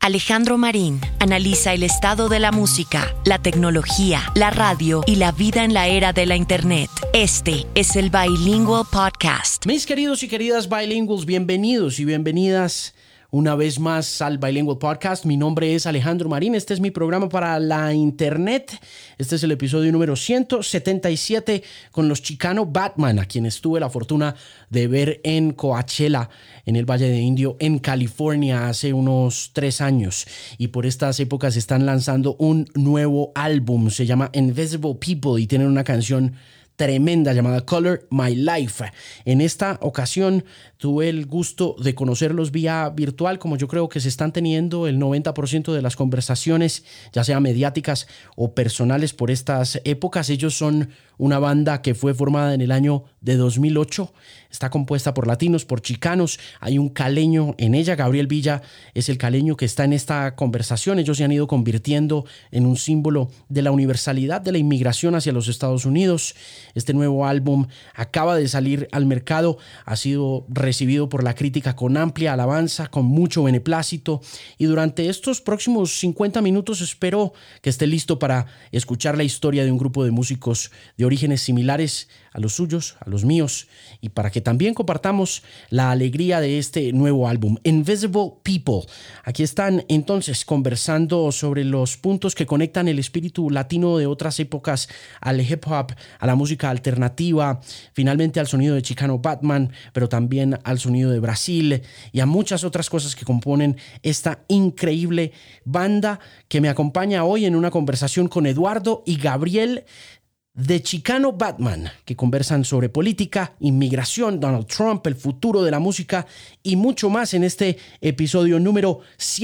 Alejandro Marín analiza el estado de la música, la tecnología, la radio y la vida en la era de la Internet. Este es el Bilingual Podcast. Mis queridos y queridas bilinguals, bienvenidos y bienvenidas una vez más al Bilingual Podcast. Mi nombre es Alejandro Marín. Este es mi programa para la Internet. Este es el episodio número 177 con los Chicano Batman, a quienes tuve la fortuna de ver en Coachella, en el Valle de Indio, en California, hace unos 3 años. Y por estas épocas están lanzando un nuevo álbum. Se llama Invisible People y tienen una canción tremenda llamada Color My Life. En esta ocasión tuve el gusto de conocerlos vía virtual, como yo creo que se están teniendo el 90% de las conversaciones, ya sea mediáticas o personales por estas épocas. Ellos son una banda que fue formada en el año de 2008. Está compuesta por latinos, por chicanos. Hay un caleño en ella. Gabriel Villa es el caleño que está en esta conversación. Ellos se han ido convirtiendo en un símbolo de la universalidad de la inmigración hacia los Estados Unidos. Este nuevo álbum acaba de salir al mercado. Ha sido recibido por la crítica con amplia alabanza, con mucho beneplácito. Y durante estos próximos 50 minutos espero que esté listo para escuchar la historia de un grupo de músicos de orígenes similares a los suyos, a los míos, y para que también compartamos la alegría de este nuevo álbum, Invisible People. Aquí están entonces conversando sobre los puntos que conectan el espíritu latino de otras épocas al hip hop, a la música alternativa, finalmente al sonido de Chicano Batman, pero también al sonido de Brasil y a muchas otras cosas que componen esta increíble banda que me acompaña hoy en una conversación con Eduardo y Gabriel de Chicano Batman, que conversan sobre política, inmigración, Donald Trump, el futuro de la música y mucho más en este episodio número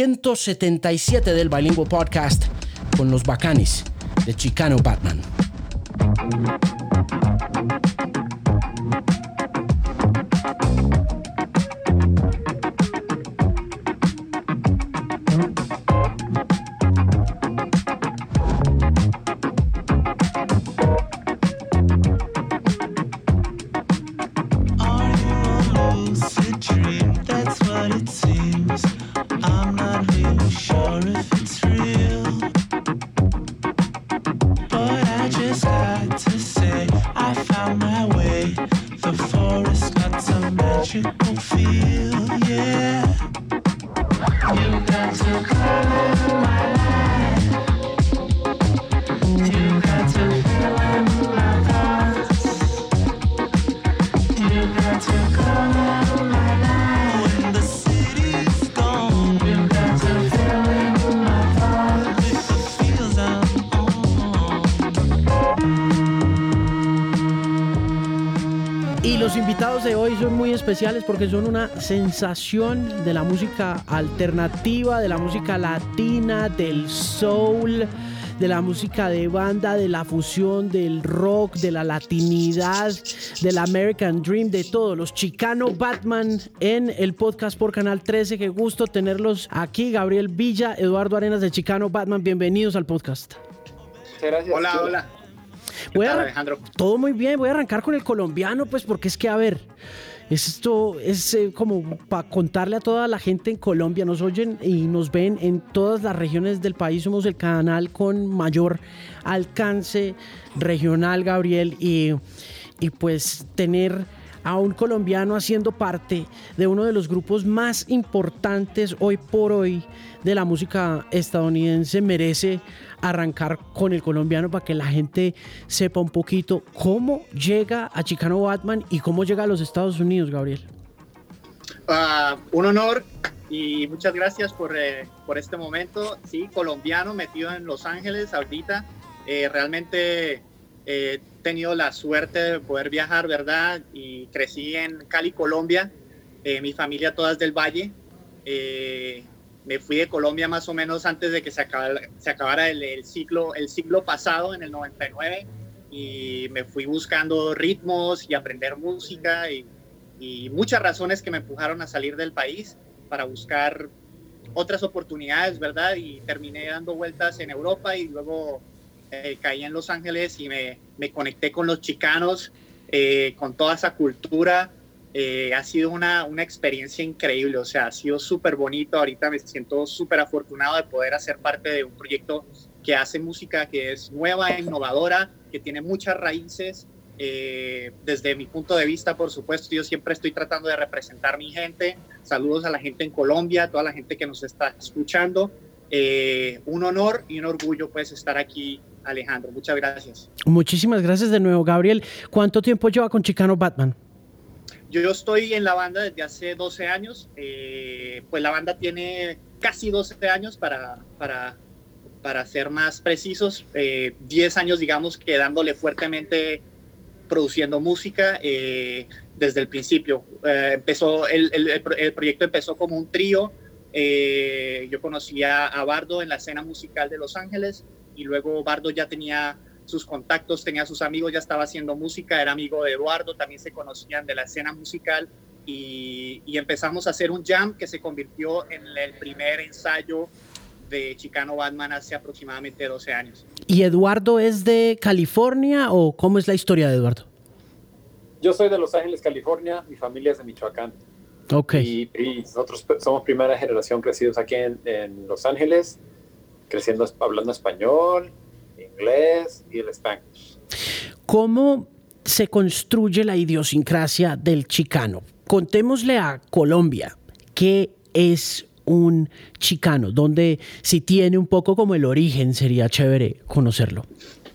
177 del Bilingual Podcast con los bacanes de Chicano Batman. Los invitados de hoy son muy especiales porque son una sensación de la música alternativa, de la música latina, del soul, de la música de banda, de la fusión, del rock, de la latinidad, del American Dream, de todo. Los Chicano Batman en el podcast por Canal 13. Qué gusto tenerlos aquí. Gabriel Villa, Eduardo Arenas de Chicano Batman. Bienvenidos al podcast. Muchas gracias. Hola. ¿Qué tal, Alejandro? Todo muy bien. Voy a arrancar con el colombiano, pues porque es que, a ver, esto es como para contarle a toda la gente en Colombia. Nos oyen y nos ven en todas las regiones del país. Somos el canal con mayor alcance regional, Gabriel, y pues tener a un colombiano haciendo parte de uno de los grupos más importantes hoy por hoy de la música estadounidense merece arrancar con el colombiano para que la gente sepa un poquito cómo llega a Chicano Batman y cómo llega a los Estados Unidos, Gabriel. Un honor y muchas gracias por este momento. Sí, colombiano metido en Los Ángeles ahorita. Realmente he tenido la suerte de poder viajar, ¿verdad? Y crecí en Cali, Colombia. Mi familia toda es del Valle. Me fui de Colombia más o menos antes de que se acabara el siglo pasado, en el 99, y me fui buscando ritmos y aprender música y muchas razones que me empujaron a salir del país para buscar otras oportunidades, ¿verdad? Y terminé dando vueltas en Europa y luego caí en Los Ángeles y me conecté con los chicanos, con toda esa cultura Ha sido una experiencia increíble, o sea, ha sido súper bonito. Ahorita me siento súper afortunado de poder hacer parte de un proyecto que hace música que es nueva, innovadora, que tiene muchas raíces. Desde mi punto de vista, por supuesto, yo siempre estoy tratando de representar a mi gente. Saludos a la gente en Colombia, a toda la gente que nos está escuchando. Un honor y un orgullo pues estar aquí, Alejandro. Muchas gracias. Muchísimas gracias de nuevo, Gabriel. ¿Cuánto tiempo lleva con Chicano Batman? Yo estoy en la banda desde hace 12 años. Pues la banda tiene casi 12 años para ser más precisos. 10 años, digamos, que dándole fuertemente, produciendo música desde el principio. El proyecto empezó como un trío. Yo conocía a Bardo en la escena musical de Los Ángeles y luego Bardo ya tenía sus contactos, tenía sus amigos, ya estaba haciendo música, era amigo de Eduardo, también se conocían de la escena musical y empezamos a hacer un jam que se convirtió en el primer ensayo de Chicano Batman hace aproximadamente 12 años. ¿Y Eduardo es de California o cómo es la historia de Eduardo? Yo soy de Los Ángeles, California, mi familia es de Michoacán. Okay. Y nosotros somos primera generación crecidos aquí en Los Ángeles, hablando español, inglés y el Spanglish. ¿Cómo se construye la idiosincrasia del chicano? Contémosle a Colombia qué es un chicano, donde si tiene un poco como el origen, sería chévere conocerlo.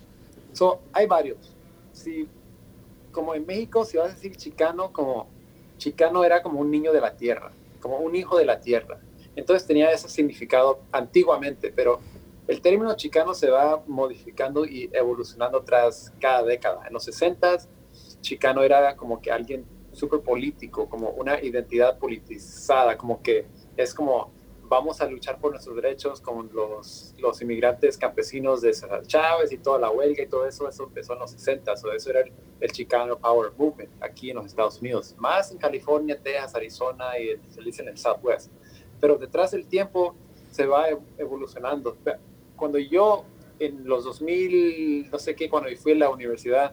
Hay varios. Sí, como en México, si vas a decir chicano, como chicano era como un niño de la tierra, como un hijo de la tierra. Entonces tenía ese significado antiguamente, pero el término chicano se va modificando y evolucionando tras cada década. En los 60s, chicano era como que alguien súper político, como una identidad politizada, como que es como vamos a luchar por nuestros derechos con los inmigrantes campesinos de César Chávez y toda la huelga y todo eso empezó en los 60s, eso era el Chicano Power Movement aquí en los Estados Unidos, más en California, Texas, Arizona y se dice en el Southwest. Pero detrás del tiempo se va evolucionando. Cuando yo en los 2000, no sé qué, cuando fui a la universidad,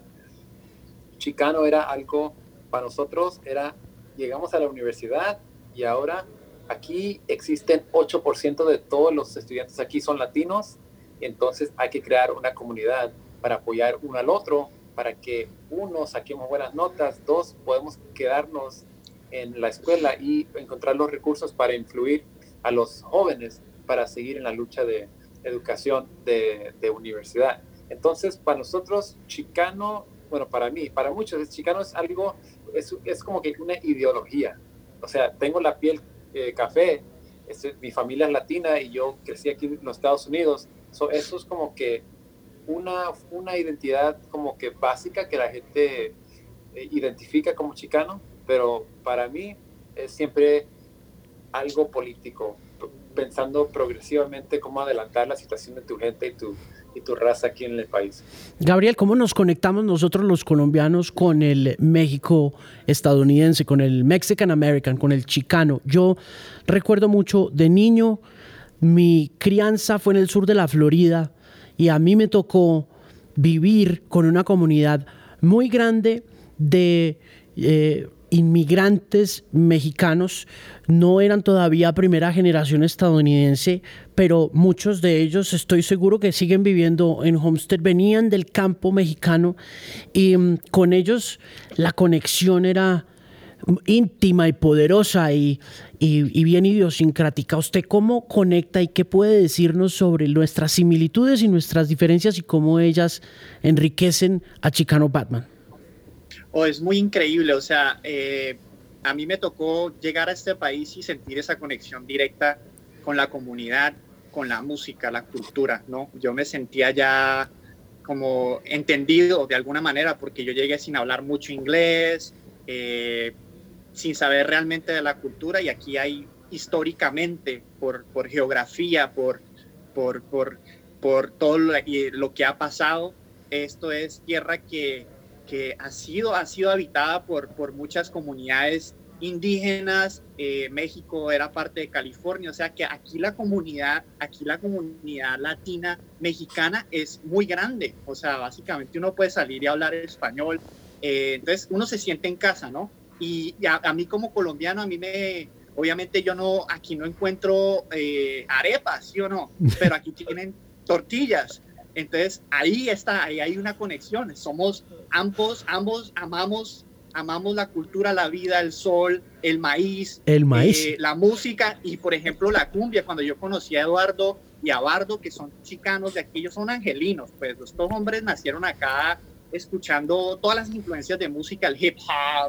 chicano era algo para nosotros, llegamos a la universidad y ahora aquí existen 8% de todos los estudiantes aquí son latinos, entonces hay que crear una comunidad para apoyar uno al otro, para que uno saquemos buenas notas, dos podemos quedarnos en la escuela y encontrar los recursos para influir a los jóvenes para seguir en la lucha de educación de universidad. Entonces, para nosotros, chicano, bueno, para mí, para muchos, chicano es algo, es como que una ideología. O sea, tengo la piel café, mi familia es latina y yo crecí aquí en los Estados Unidos. Eso es como que una identidad como que básica que la gente identifica como chicano, pero para mí es siempre algo político, pensando progresivamente cómo adelantar la situación de tu gente y tu raza aquí en el país. Gabriel, ¿cómo nos conectamos nosotros los colombianos con el México estadounidense, con el Mexican American, con el chicano? Yo recuerdo mucho de niño, mi crianza fue en el sur de la Florida y a mí me tocó vivir con una comunidad muy grande de inmigrantes mexicanos. No eran todavía primera generación estadounidense, pero muchos de ellos estoy seguro que siguen viviendo en Homestead, venían del campo mexicano y con ellos la conexión era íntima y poderosa y bien idiosincrática. ¿Usted cómo conecta y qué puede decirnos sobre nuestras similitudes y nuestras diferencias y cómo ellas enriquecen a Chicano Batman? Es muy increíble, o sea, a mí me tocó llegar a este país y sentir esa conexión directa con la comunidad, con la música, la cultura, ¿no? Yo me sentía ya como entendido de alguna manera porque yo llegué sin hablar mucho inglés, sin saber realmente de la cultura, y aquí hay históricamente, por geografía, por todo lo que ha pasado, esto es tierra que ha sido habitada por muchas comunidades indígenas. México era parte de California, o sea que aquí la comunidad latina mexicana es muy grande, o sea, básicamente uno puede salir y hablar español, entonces uno se siente en casa, ¿no? a mí como colombiano, obviamente yo aquí no encuentro arepas, ¿sí o no? Pero aquí tienen tortillas. Entonces ahí hay una conexión. Ambos amamos la cultura, la vida, el sol, el maíz, la música y, por ejemplo, la cumbia. Cuando yo conocí a Eduardo y a Bardo, que son chicanos de aquí, ellos son angelinos, pues estos hombres nacieron acá escuchando todas las influencias de música, el hip hop,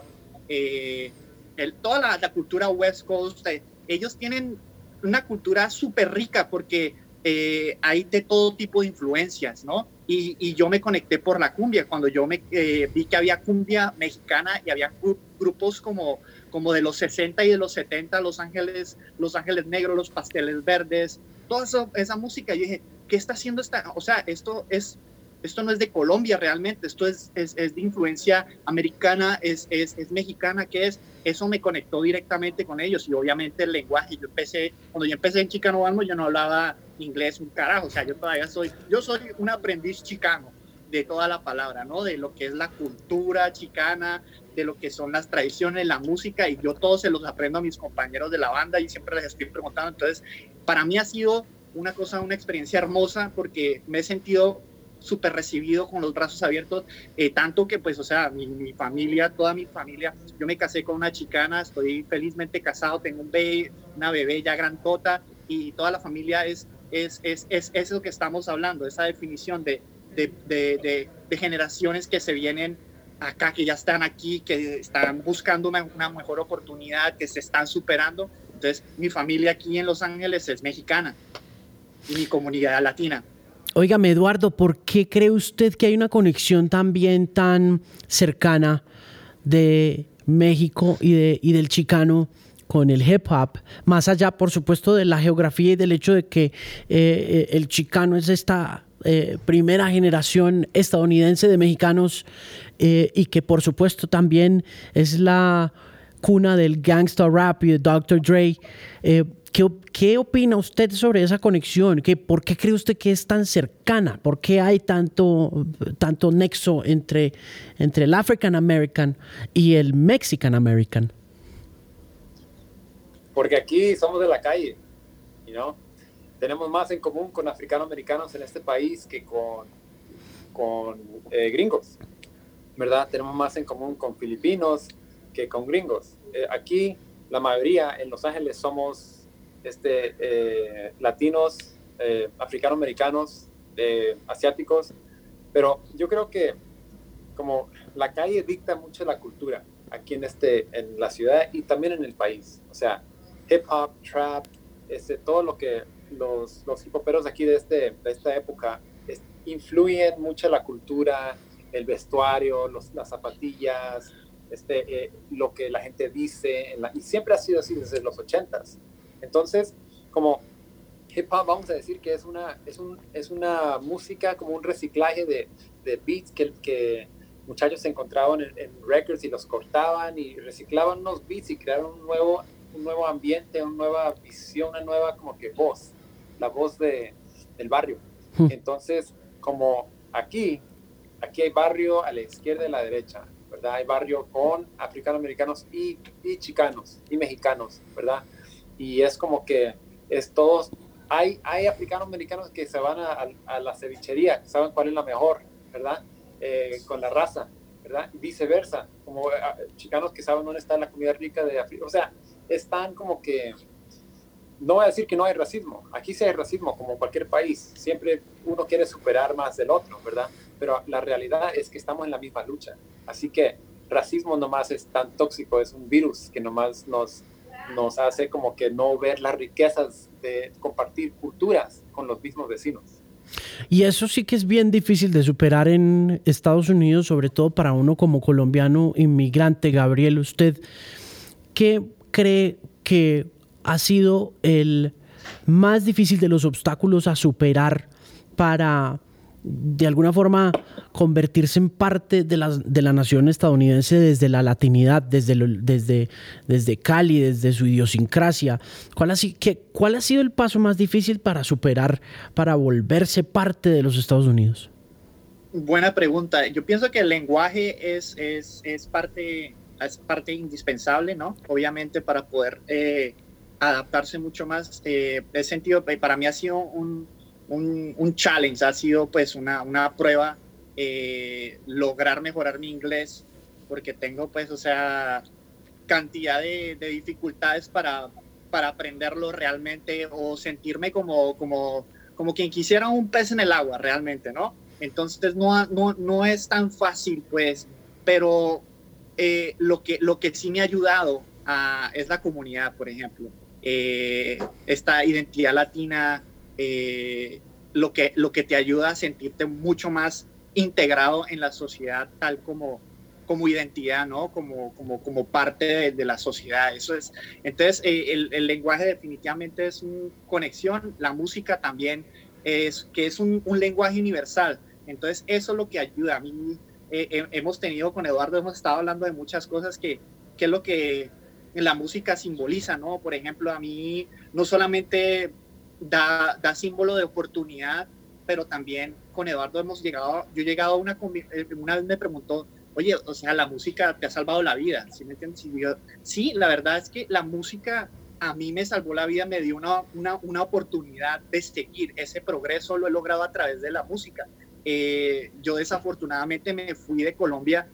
toda la cultura West Coast. Ellos tienen una cultura súper rica porque hay de todo tipo de influencias, ¿no? Y yo me conecté por la cumbia, cuando yo vi que había cumbia mexicana y había grupos como de los 60 y de los 70, Los Ángeles Negros, Los Pasteles Verdes, toda esa música. Yo dije, ¿qué está haciendo esta? O sea, esto no es de Colombia realmente, esto es de influencia americana, es mexicana, eso me conectó directamente con ellos. Y obviamente el lenguaje, cuando yo empecé en Chicano Balmo, yo no hablaba inglés un carajo, o sea, yo soy un aprendiz chicano de toda la palabra, ¿no? De lo que es la cultura chicana, de lo que son las tradiciones, la música, y yo todos se los aprendo a mis compañeros de la banda y siempre les estoy preguntando. Entonces, para mí ha sido una experiencia hermosa porque me he sentido súper recibido, con los brazos abiertos, tanto que pues, o sea, mi familia, toda mi familia, yo me casé con una chicana, estoy felizmente casado, tengo una bebé ya grandota, y toda la familia es lo que estamos hablando, esa definición de generaciones que se vienen acá, que ya están aquí, que están buscando una mejor oportunidad, que se están superando. Entonces, mi familia aquí en Los Ángeles es mexicana y mi comunidad latina. Óigame, Eduardo, ¿por qué cree usted que hay una conexión también tan cercana de México y del chicano con el hip hop? Más allá, por supuesto, de la geografía y del hecho de que el chicano es esta primera generación estadounidense de mexicanos y que, por supuesto, también es la cuna del gangsta rap y de Dr. Dre. ¿Qué opina usted sobre esa conexión? ¿Por qué cree usted que es tan cercana? ¿Por qué hay tanto nexo entre el African American y el Mexican American? Porque aquí somos de la calle, ¿no? Tenemos más en común con africanoamericanos en este país que con gringos, ¿verdad? Tenemos más en común con filipinos que con gringos. Aquí la mayoría en Los Ángeles somos latinos, africanoamericanos, asiáticos, pero yo creo que como la calle dicta mucho la cultura aquí en la ciudad y también en el país. O sea, hip hop, trap, todo lo que los hip hoperos aquí de esta época influyen mucho la cultura, el vestuario, las zapatillas, lo que la gente dice, y siempre ha sido así desde los 80s. Entonces, como hip hop, vamos a decir que es una música, como un reciclaje de beats que muchachos se encontraban en records y los cortaban y reciclaban unos beats y crearon un nuevo ambiente, una nueva visión, una nueva como que voz, la voz del barrio. Entonces, como aquí hay barrio a la izquierda y a la derecha, ¿verdad? Hay barrio con africanoamericanos y chicanos y mexicanos, ¿verdad? Y es como que todos, hay africanoamericanos que se van a la cevichería, que saben cuál es la mejor, ¿verdad? Con la raza, ¿verdad? Y viceversa, como chicanos que saben dónde está la comida rica de África. O sea, están como que, no voy a decir que no hay racismo, aquí sí hay racismo como cualquier país, siempre uno quiere superar más del otro, ¿verdad? Pero la realidad es que estamos en la misma lucha, así que racismo nomás es tan tóxico, es un virus que nomás nos hace como que no ver las riquezas de compartir culturas con los mismos vecinos. Y eso sí que es bien difícil de superar en Estados Unidos, sobre todo para uno como colombiano inmigrante. Gabriel, ¿usted qué cree que ha sido el más difícil de los obstáculos a superar para, de alguna forma, convertirse en parte de la nación estadounidense desde la latinidad, desde Cali, desde su idiosincrasia? ¿Cuál ha sido el paso más difícil para superar, para volverse parte de los Estados Unidos? Buena pregunta. Yo pienso que el lenguaje es parte es parte indispensable, ¿no? Obviamente para poder adaptarse mucho más. Ese sentido, para mí ha sido un challenge, ha sido pues una prueba lograr mejorar mi inglés, porque tengo pues, o sea, cantidad de dificultades para aprenderlo realmente, o sentirme como quien quisiera un pez en el agua realmente, ¿no? Entonces no es tan fácil, pues, pero lo que sí me ha ayudado es la comunidad, por ejemplo. Esta identidad latina, lo que te ayuda a sentirte mucho más integrado en la sociedad, tal como identidad, ¿no? Como parte de la sociedad. Eso es. Entonces, el lenguaje definitivamente es una conexión. La música también es un lenguaje universal. Entonces, eso es lo que ayuda. A mí hemos tenido con Eduardo, hemos estado hablando de muchas cosas que es lo que la música simboliza, ¿no? Por ejemplo, a mí no solamente da símbolo de oportunidad, pero también con Eduardo yo he llegado a una vez me preguntó, oye, o sea, la música te ha salvado la vida, ¿sí me entiendes? Sí, la verdad es que la música a mí me salvó la vida, me dio una oportunidad de seguir. Ese progreso lo he logrado a través de la música. Yo desafortunadamente me fui de Colombia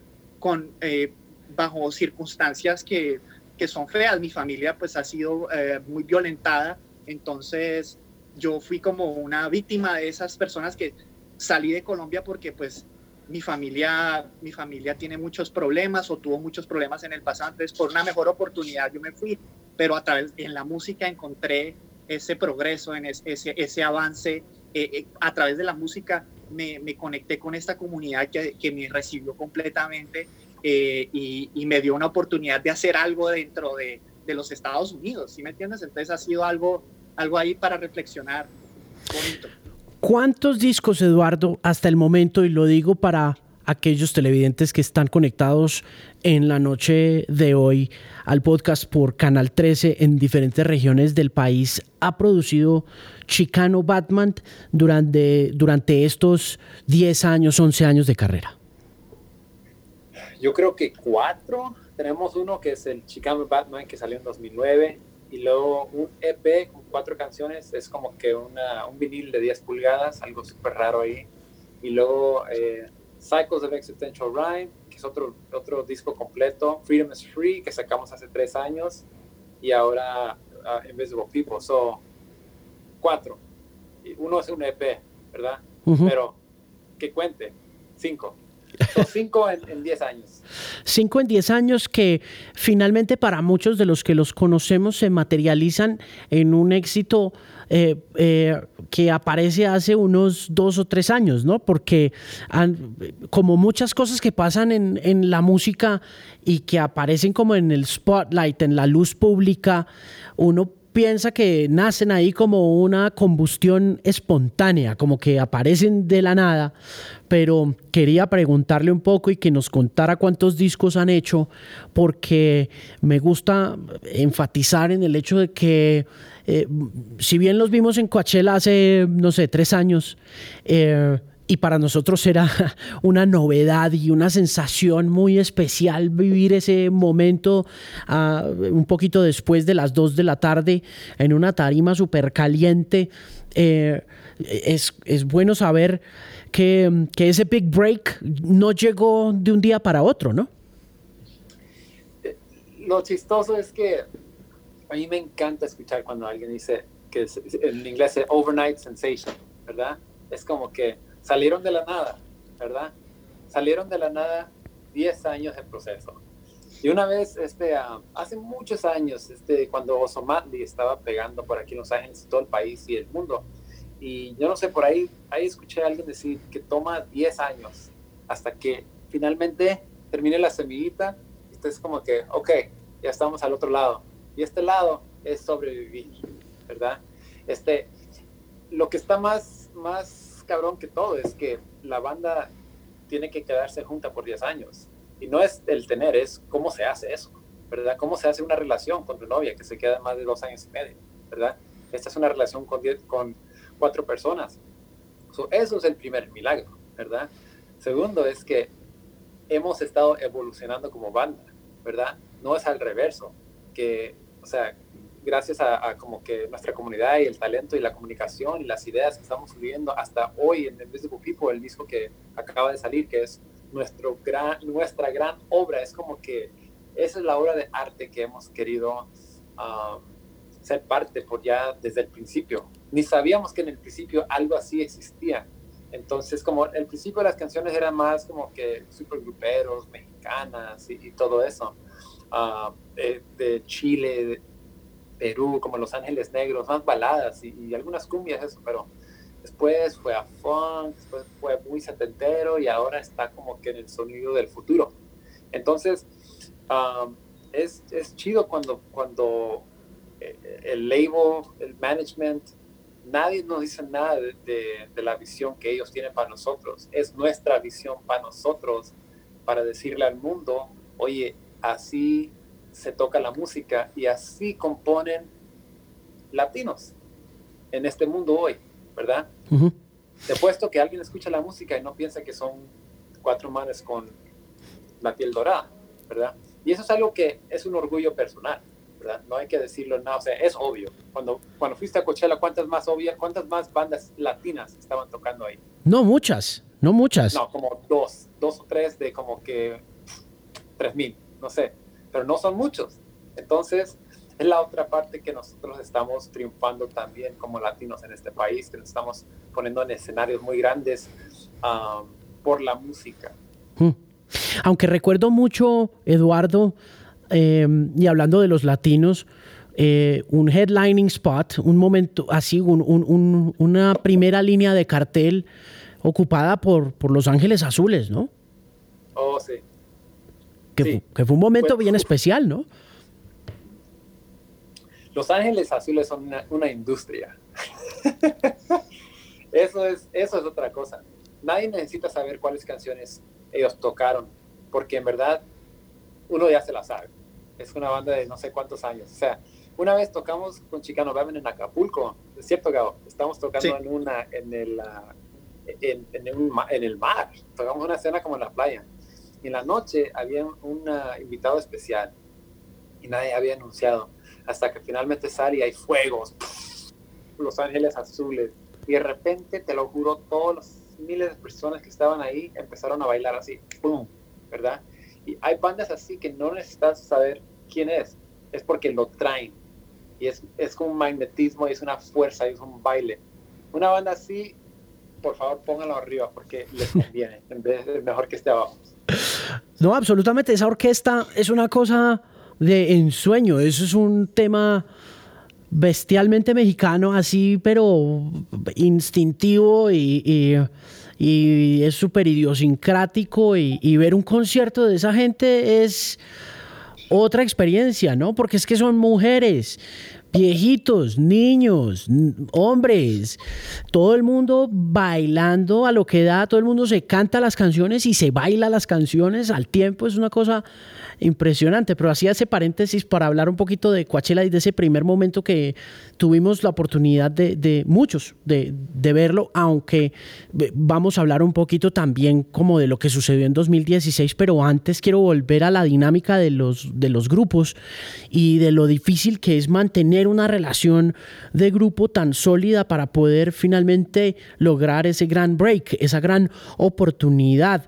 bajo circunstancias que son feas. Mi familia pues ha sido muy violentada, entonces yo fui como una víctima de esas personas que salí de Colombia porque pues mi familia tiene muchos problemas o tuvo muchos problemas en el pasado. Entonces, por una mejor oportunidad yo me fui, pero en la música encontré ese progreso, en ese avance. A través de la música me conecté con esta comunidad que me recibió completamente, y me dio una oportunidad de hacer algo dentro de los Estados Unidos, ¿sí me entiendes? Entonces ha sido algo ahí para reflexionar bonito. ¿Cuántos discos, Eduardo, hasta el momento, y lo digo para aquellos televidentes que están conectados en la noche de hoy al podcast por Canal 13 en diferentes regiones del país, ha producido Chicano Batman durante estos 10 años, 11 años de carrera? Yo creo que 4. Tenemos uno que es el Chicano Batman, que salió en 2009. Y luego un EP con 4 canciones, es como que un vinil de 10 pulgadas, algo súper raro ahí. Y luego Cycles of Existential Rhyme, que es otro disco completo. Freedom is Free, que sacamos hace 3 años. Y ahora Invisible People. So, 4. Uno es un EP, ¿verdad? Uh-huh. Pero que cuente, 5. Son 5 en 10 años. 5 en 10 años que finalmente para muchos de los que los conocemos se materializan en un éxito que aparece hace unos 2 o 3 años, ¿no? Porque como muchas cosas que pasan en la música y que aparecen como en el spotlight, en la luz pública, uno piensa que nacen ahí como una combustión espontánea, como que aparecen de la nada, pero quería preguntarle un poco y que nos contara cuántos discos han hecho, porque me gusta enfatizar en el hecho de que si bien los vimos en Coachella hace, no sé, 3 años, y para nosotros era una novedad y una sensación muy especial vivir ese momento un poquito después de las 2 de la tarde en una tarima súper caliente. Es bueno saber que ese big break no llegó de un día para otro, ¿no? Lo chistoso es que a mí me encanta escuchar cuando alguien dice que en inglés es overnight sensation, ¿verdad? Es como que salieron de la nada, ¿verdad? Salieron de la nada 10 años de proceso. Y una vez, hace muchos años, cuando Ozomatli estaba pegando por aquí en Los Ángeles, todo el país y el mundo, y yo no sé, por ahí escuché a alguien decir que toma 10 años hasta que finalmente termine la semillita, y entonces como que, ok, ya estamos al otro lado. Y este lado es sobrevivir, ¿verdad? Lo que está más cabrón que todo es que la banda tiene que quedarse junta por 10 años. Y no es el tener, es cómo se hace eso, ¿verdad? Cómo se hace una relación con tu novia que se queda más de 2 años y medio, ¿verdad? Esta es una relación con 4 personas. Eso es el primer milagro, ¿verdad? Segundo es que hemos estado evolucionando como banda. ¿verdad? No es al reverso, que, o sea, gracias a como que nuestra comunidad y el talento y la comunicación y las ideas que estamos subiendo hasta hoy en Invisible People, el disco que acaba de salir, que es nuestra gran obra, es como que esa es la obra de arte que hemos querido ser parte por ya desde el principio. Ni sabíamos que en el principio algo así existía. Entonces, como el principio de las canciones eran más como que supergruperos, mexicanas y todo eso, de Chile, Perú, como Los Ángeles Negros, más baladas y algunas cumbias, eso, pero después fue a funk, después fue muy setentero y ahora está como que en el sonido del futuro. Entonces, es chido cuando el label, el management, nadie nos dice nada de la visión que ellos tienen para nosotros. Es nuestra visión para nosotros, para decirle al mundo, oye, así se toca la música y así componen latinos en este mundo hoy, ¿verdad? Uh-huh. Te puesto que alguien escucha la música y no piensa que son 4 manes con la piel dorada, ¿verdad? Y eso es algo que es un orgullo personal, ¿verdad? No hay que decirlo nada, o sea, es obvio. Cuando fuiste a Coachella, ¿cuántas más bandas latinas estaban tocando ahí? No muchas. No, como dos o tres de como que 3,000, no sé, pero no son muchos. Entonces, es la otra parte que nosotros estamos triunfando también como latinos en este país, que nos estamos poniendo en escenarios muy grandes por la música. Aunque recuerdo mucho, Eduardo, y hablando de los latinos, un headlining spot, un momento así, una primera línea de cartel ocupada por Los Ángeles Azules, ¿no? Oh, sí. Que fue un momento bien especial, ¿no? Los Ángeles Azules son una industria. Eso es otra cosa. Nadie necesita saber cuáles canciones ellos tocaron, porque en verdad uno ya se la sabe. Es una banda de no sé cuántos años. O sea, una vez tocamos con Chicano Raven en Acapulco, ¿es cierto, Gabo? Estamos tocando sí. en el mar. Tocamos una escena como en la playa. Y en la noche había un invitado especial y nadie había anunciado. Hasta que finalmente sale y hay fuegos, Los Ángeles Azules. Y de repente, te lo juro, todos los miles de personas que estaban ahí empezaron a bailar así, ¡pum! ¿Verdad? Y hay bandas así que no necesitas saber quién es porque lo traen. Y es como un magnetismo, y es una fuerza, y es un baile. Una banda así, por favor, pónganlo arriba porque les conviene, es mejor que esté abajo. No, absolutamente, esa orquesta es una cosa de ensueño, eso es un tema bestialmente mexicano, así, pero instintivo y es súper idiosincrático y ver un concierto de esa gente es otra experiencia, ¿no? Porque es que son mujeres, viejitos, niños, hombres, todo el mundo bailando a lo que da, todo el mundo se canta las canciones y se baila las canciones al tiempo, es una cosa impresionante. Pero hacía ese paréntesis para hablar un poquito de Coachella y de ese primer momento que tuvimos la oportunidad de muchos de verlo, aunque vamos a hablar un poquito también como de lo que sucedió en 2016, pero antes quiero volver a la dinámica de los grupos y de lo difícil que es mantener una relación de grupo tan sólida para poder finalmente lograr ese gran break, esa gran oportunidad.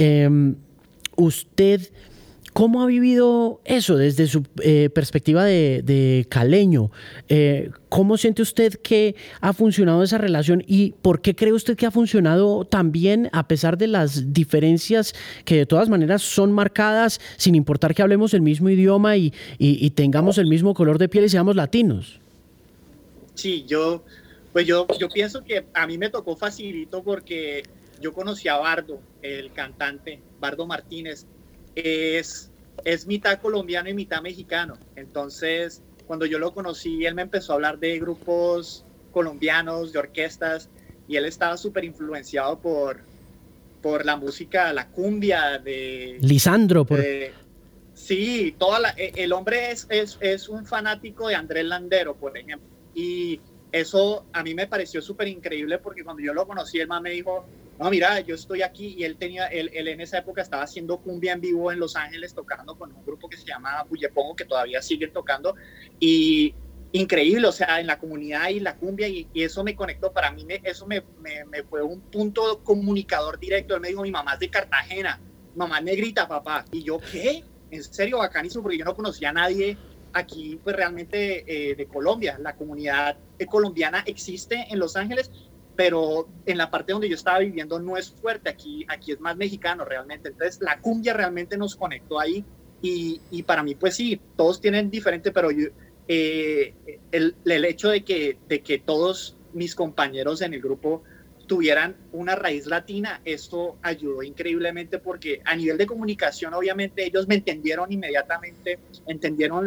Usted, ¿cómo ha vivido eso desde su perspectiva de caleño? ¿Cómo siente usted que ha funcionado esa relación y por qué cree usted que ha funcionado tan bien a pesar de las diferencias que de todas maneras son marcadas, sin importar que hablemos el mismo idioma y tengamos el mismo color de piel y seamos latinos? Sí, yo pienso que a mí me tocó facilito porque yo conocí a Bardo, el cantante, Bardo Martínez. Es mitad colombiano y mitad mexicano. Entonces, cuando yo lo conocí, él me empezó a hablar de grupos colombianos, de orquestas, y él estaba súper influenciado por la música, la cumbia de Lisandro. Sí, el hombre es un fanático de Andrés Landero, por ejemplo. Y eso a mí me pareció súper increíble porque cuando yo lo conocí, el man me dijo, no, mira, yo estoy aquí y él en esa época estaba haciendo cumbia en vivo en Los Ángeles, tocando con un grupo que se llama Bullepongo, que todavía siguen tocando, y increíble, o sea, en la comunidad y la cumbia, y eso me conectó, para mí eso me fue un punto comunicador directo. Él me dijo, mi mamá es de Cartagena, mamá negrita, papá, y yo, ¿qué? En serio, bacanísimo, porque yo no conocía a nadie aquí, pues realmente de Colombia. La comunidad colombiana existe en Los Ángeles, pero en la parte donde yo estaba viviendo no es fuerte, aquí es más mexicano realmente. Entonces la cumbia realmente nos conectó ahí, y para mí pues sí, todos tienen diferente, pero yo, el hecho de que todos mis compañeros en el grupo tuvieran una raíz latina, esto ayudó increíblemente porque a nivel de comunicación, obviamente ellos me entendieron inmediatamente, entendieron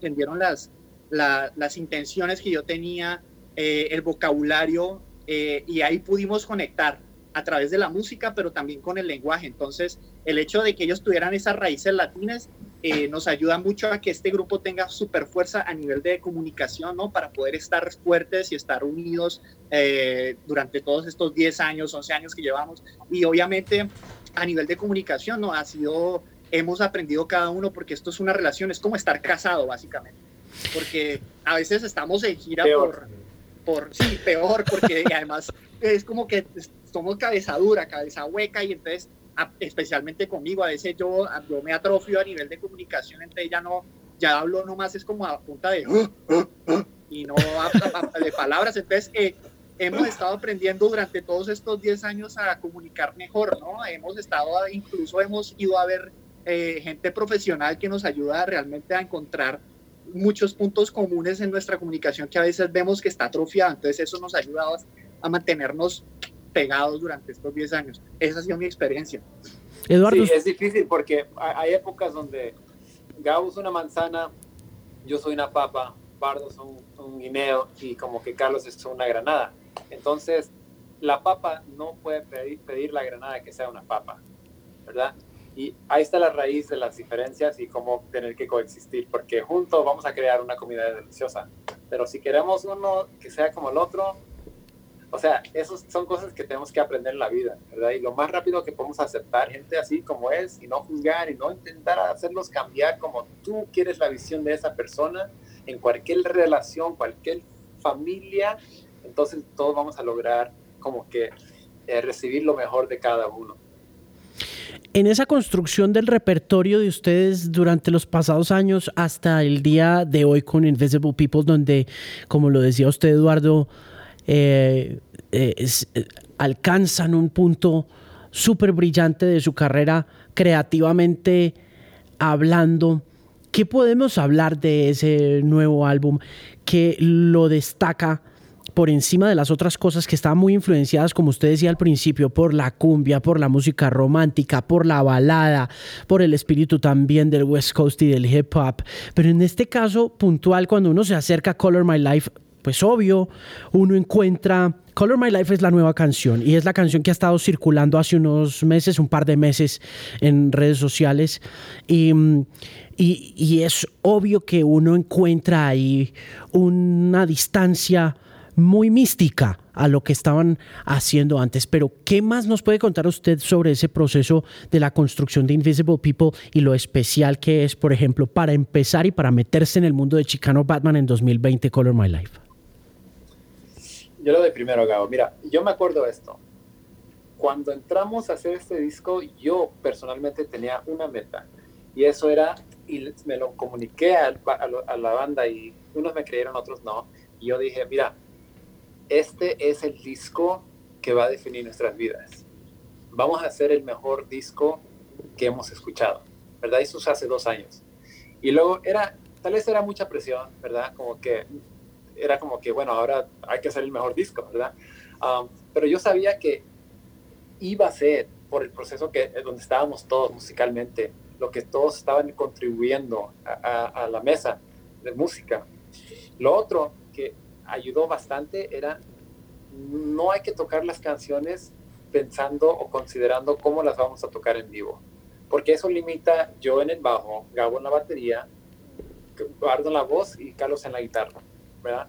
las intenciones que yo tenía, el vocabulario, y ahí pudimos conectar a través de la música, pero también con el lenguaje. Entonces, el hecho de que ellos tuvieran esas raíces latinas nos ayuda mucho a que este grupo tenga súper fuerza a nivel de comunicación, ¿no? Para poder estar fuertes y estar unidos durante todos estos 10 años, 11 años que llevamos. Y obviamente, a nivel de comunicación, ¿no? Hemos aprendido cada uno, porque esto es una relación, es como estar casado, básicamente. Porque a veces estamos en gira sí, peor, porque además es como que somos cabeza dura, cabeza hueca, y entonces, especialmente conmigo, a veces yo me atrofio a nivel de comunicación, entonces ya hablo nomás, es como a punta de y no de palabras. Entonces hemos estado aprendiendo durante todos estos 10 años a comunicar mejor, ¿no? Incluso hemos ido a ver gente profesional que nos ayuda realmente a encontrar muchos puntos comunes en nuestra comunicación que a veces vemos que está atrofiada. Entonces eso nos ha ayudado a mantenernos pegados durante estos 10 años. Esa ha sido mi experiencia. Eduardo. Sí, es difícil porque hay épocas donde Gabo es una manzana, yo soy una papa, Bardo es un guineo, y como que Carlos es una granada. Entonces la papa no puede pedir la granada que sea una papa, ¿verdad? Y ahí está la raíz de las diferencias y cómo tener que coexistir, porque juntos vamos a crear una comida deliciosa. Pero si queremos uno que sea como el otro, o sea, esas son cosas que tenemos que aprender en la vida, ¿verdad? Y lo más rápido que podemos aceptar gente así como es, y no juzgar, y no intentar hacerlos cambiar como tú quieres la visión de esa persona, en cualquier relación, cualquier familia, entonces todos vamos a lograr como que recibir lo mejor de cada uno. En esa construcción del repertorio de ustedes durante los pasados años hasta el día de hoy con Invisible People, donde, como lo decía usted, Eduardo, alcanzan un punto súper brillante de su carrera creativamente hablando. ¿Qué podemos hablar de ese nuevo álbum que lo destaca por encima de las otras cosas que estaban muy influenciadas, como usted decía al principio, por la cumbia, por la música romántica, por la balada, por el espíritu también del West Coast y del hip hop? Pero en este caso puntual, cuando uno se acerca a Color My Life, pues obvio, uno encuentra... Color My Life es la nueva canción, y es la canción que ha estado circulando hace unos meses, un par de meses, en redes sociales, y es obvio que uno encuentra ahí una distancia muy mística a lo que estaban haciendo antes. Pero ¿qué más nos puede contar usted sobre ese proceso de la construcción de Invisible People y lo especial que es, por ejemplo, para empezar y para meterse en el mundo de Chicano Batman en 2020, Color My Life? Yo lo doy primero, Gabo. Mira, yo me acuerdo de esto. Cuando entramos a hacer este disco, yo personalmente tenía una meta, y eso era, y me lo comuniqué a la banda, y unos me creyeron, otros no, y yo dije, mira, este es el disco que va a definir nuestras vidas. Vamos a hacer el mejor disco que hemos escuchado, ¿verdad? Eso hace 2 años. Y luego tal vez era mucha presión, ¿verdad? Era como que, bueno, ahora hay que hacer el mejor disco, ¿verdad? Pero yo sabía que iba a ser, por el proceso donde estábamos todos musicalmente, lo que todos estaban contribuyendo a la mesa de música. Lo otro que ayudó bastante era, no hay que tocar las canciones pensando o considerando cómo las vamos a tocar en vivo, porque eso limita yo en el bajo, Gabo en la batería, Bardo en la voz y Carlos en la guitarra, ¿verdad?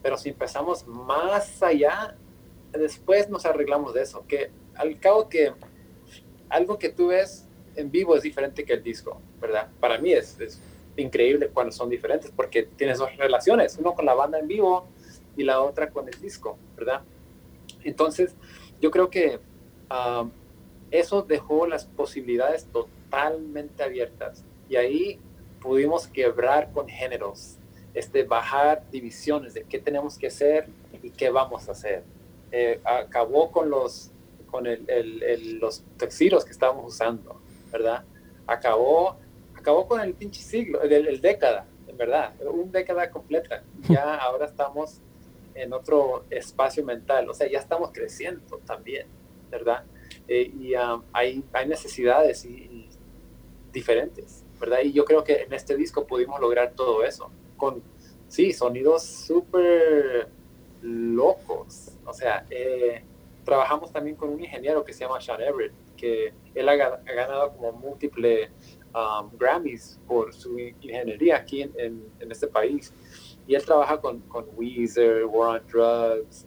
pero si empezamos más allá, después nos arreglamos de eso, que al cabo que algo que tú ves en vivo es diferente que el disco, ¿verdad? Para mí es increíble cuando son diferentes, porque tienes dos relaciones, uno con la banda en vivo y la otra con el disco, ¿verdad? Entonces, yo creo que eso dejó las posibilidades totalmente abiertas, y ahí pudimos quebrar con géneros, bajar divisiones de qué tenemos que hacer y qué vamos a hacer. Acabó con los textiles que estábamos usando, ¿verdad? Acabó con el pinche siglo, el década, en verdad, una década completa. Ya ahora estamos en otro espacio mental, o sea, ya estamos creciendo también, ¿verdad? Y hay necesidades y diferentes, ¿verdad? Y yo creo que en este disco pudimos lograr todo eso, con, sí, sonidos súper locos. O sea, trabajamos también con un ingeniero que se llama Sean Everett, que él ha ganado como múltiples Grammys por su ingeniería aquí en este país. Y él trabaja con Weezer, War on Drugs,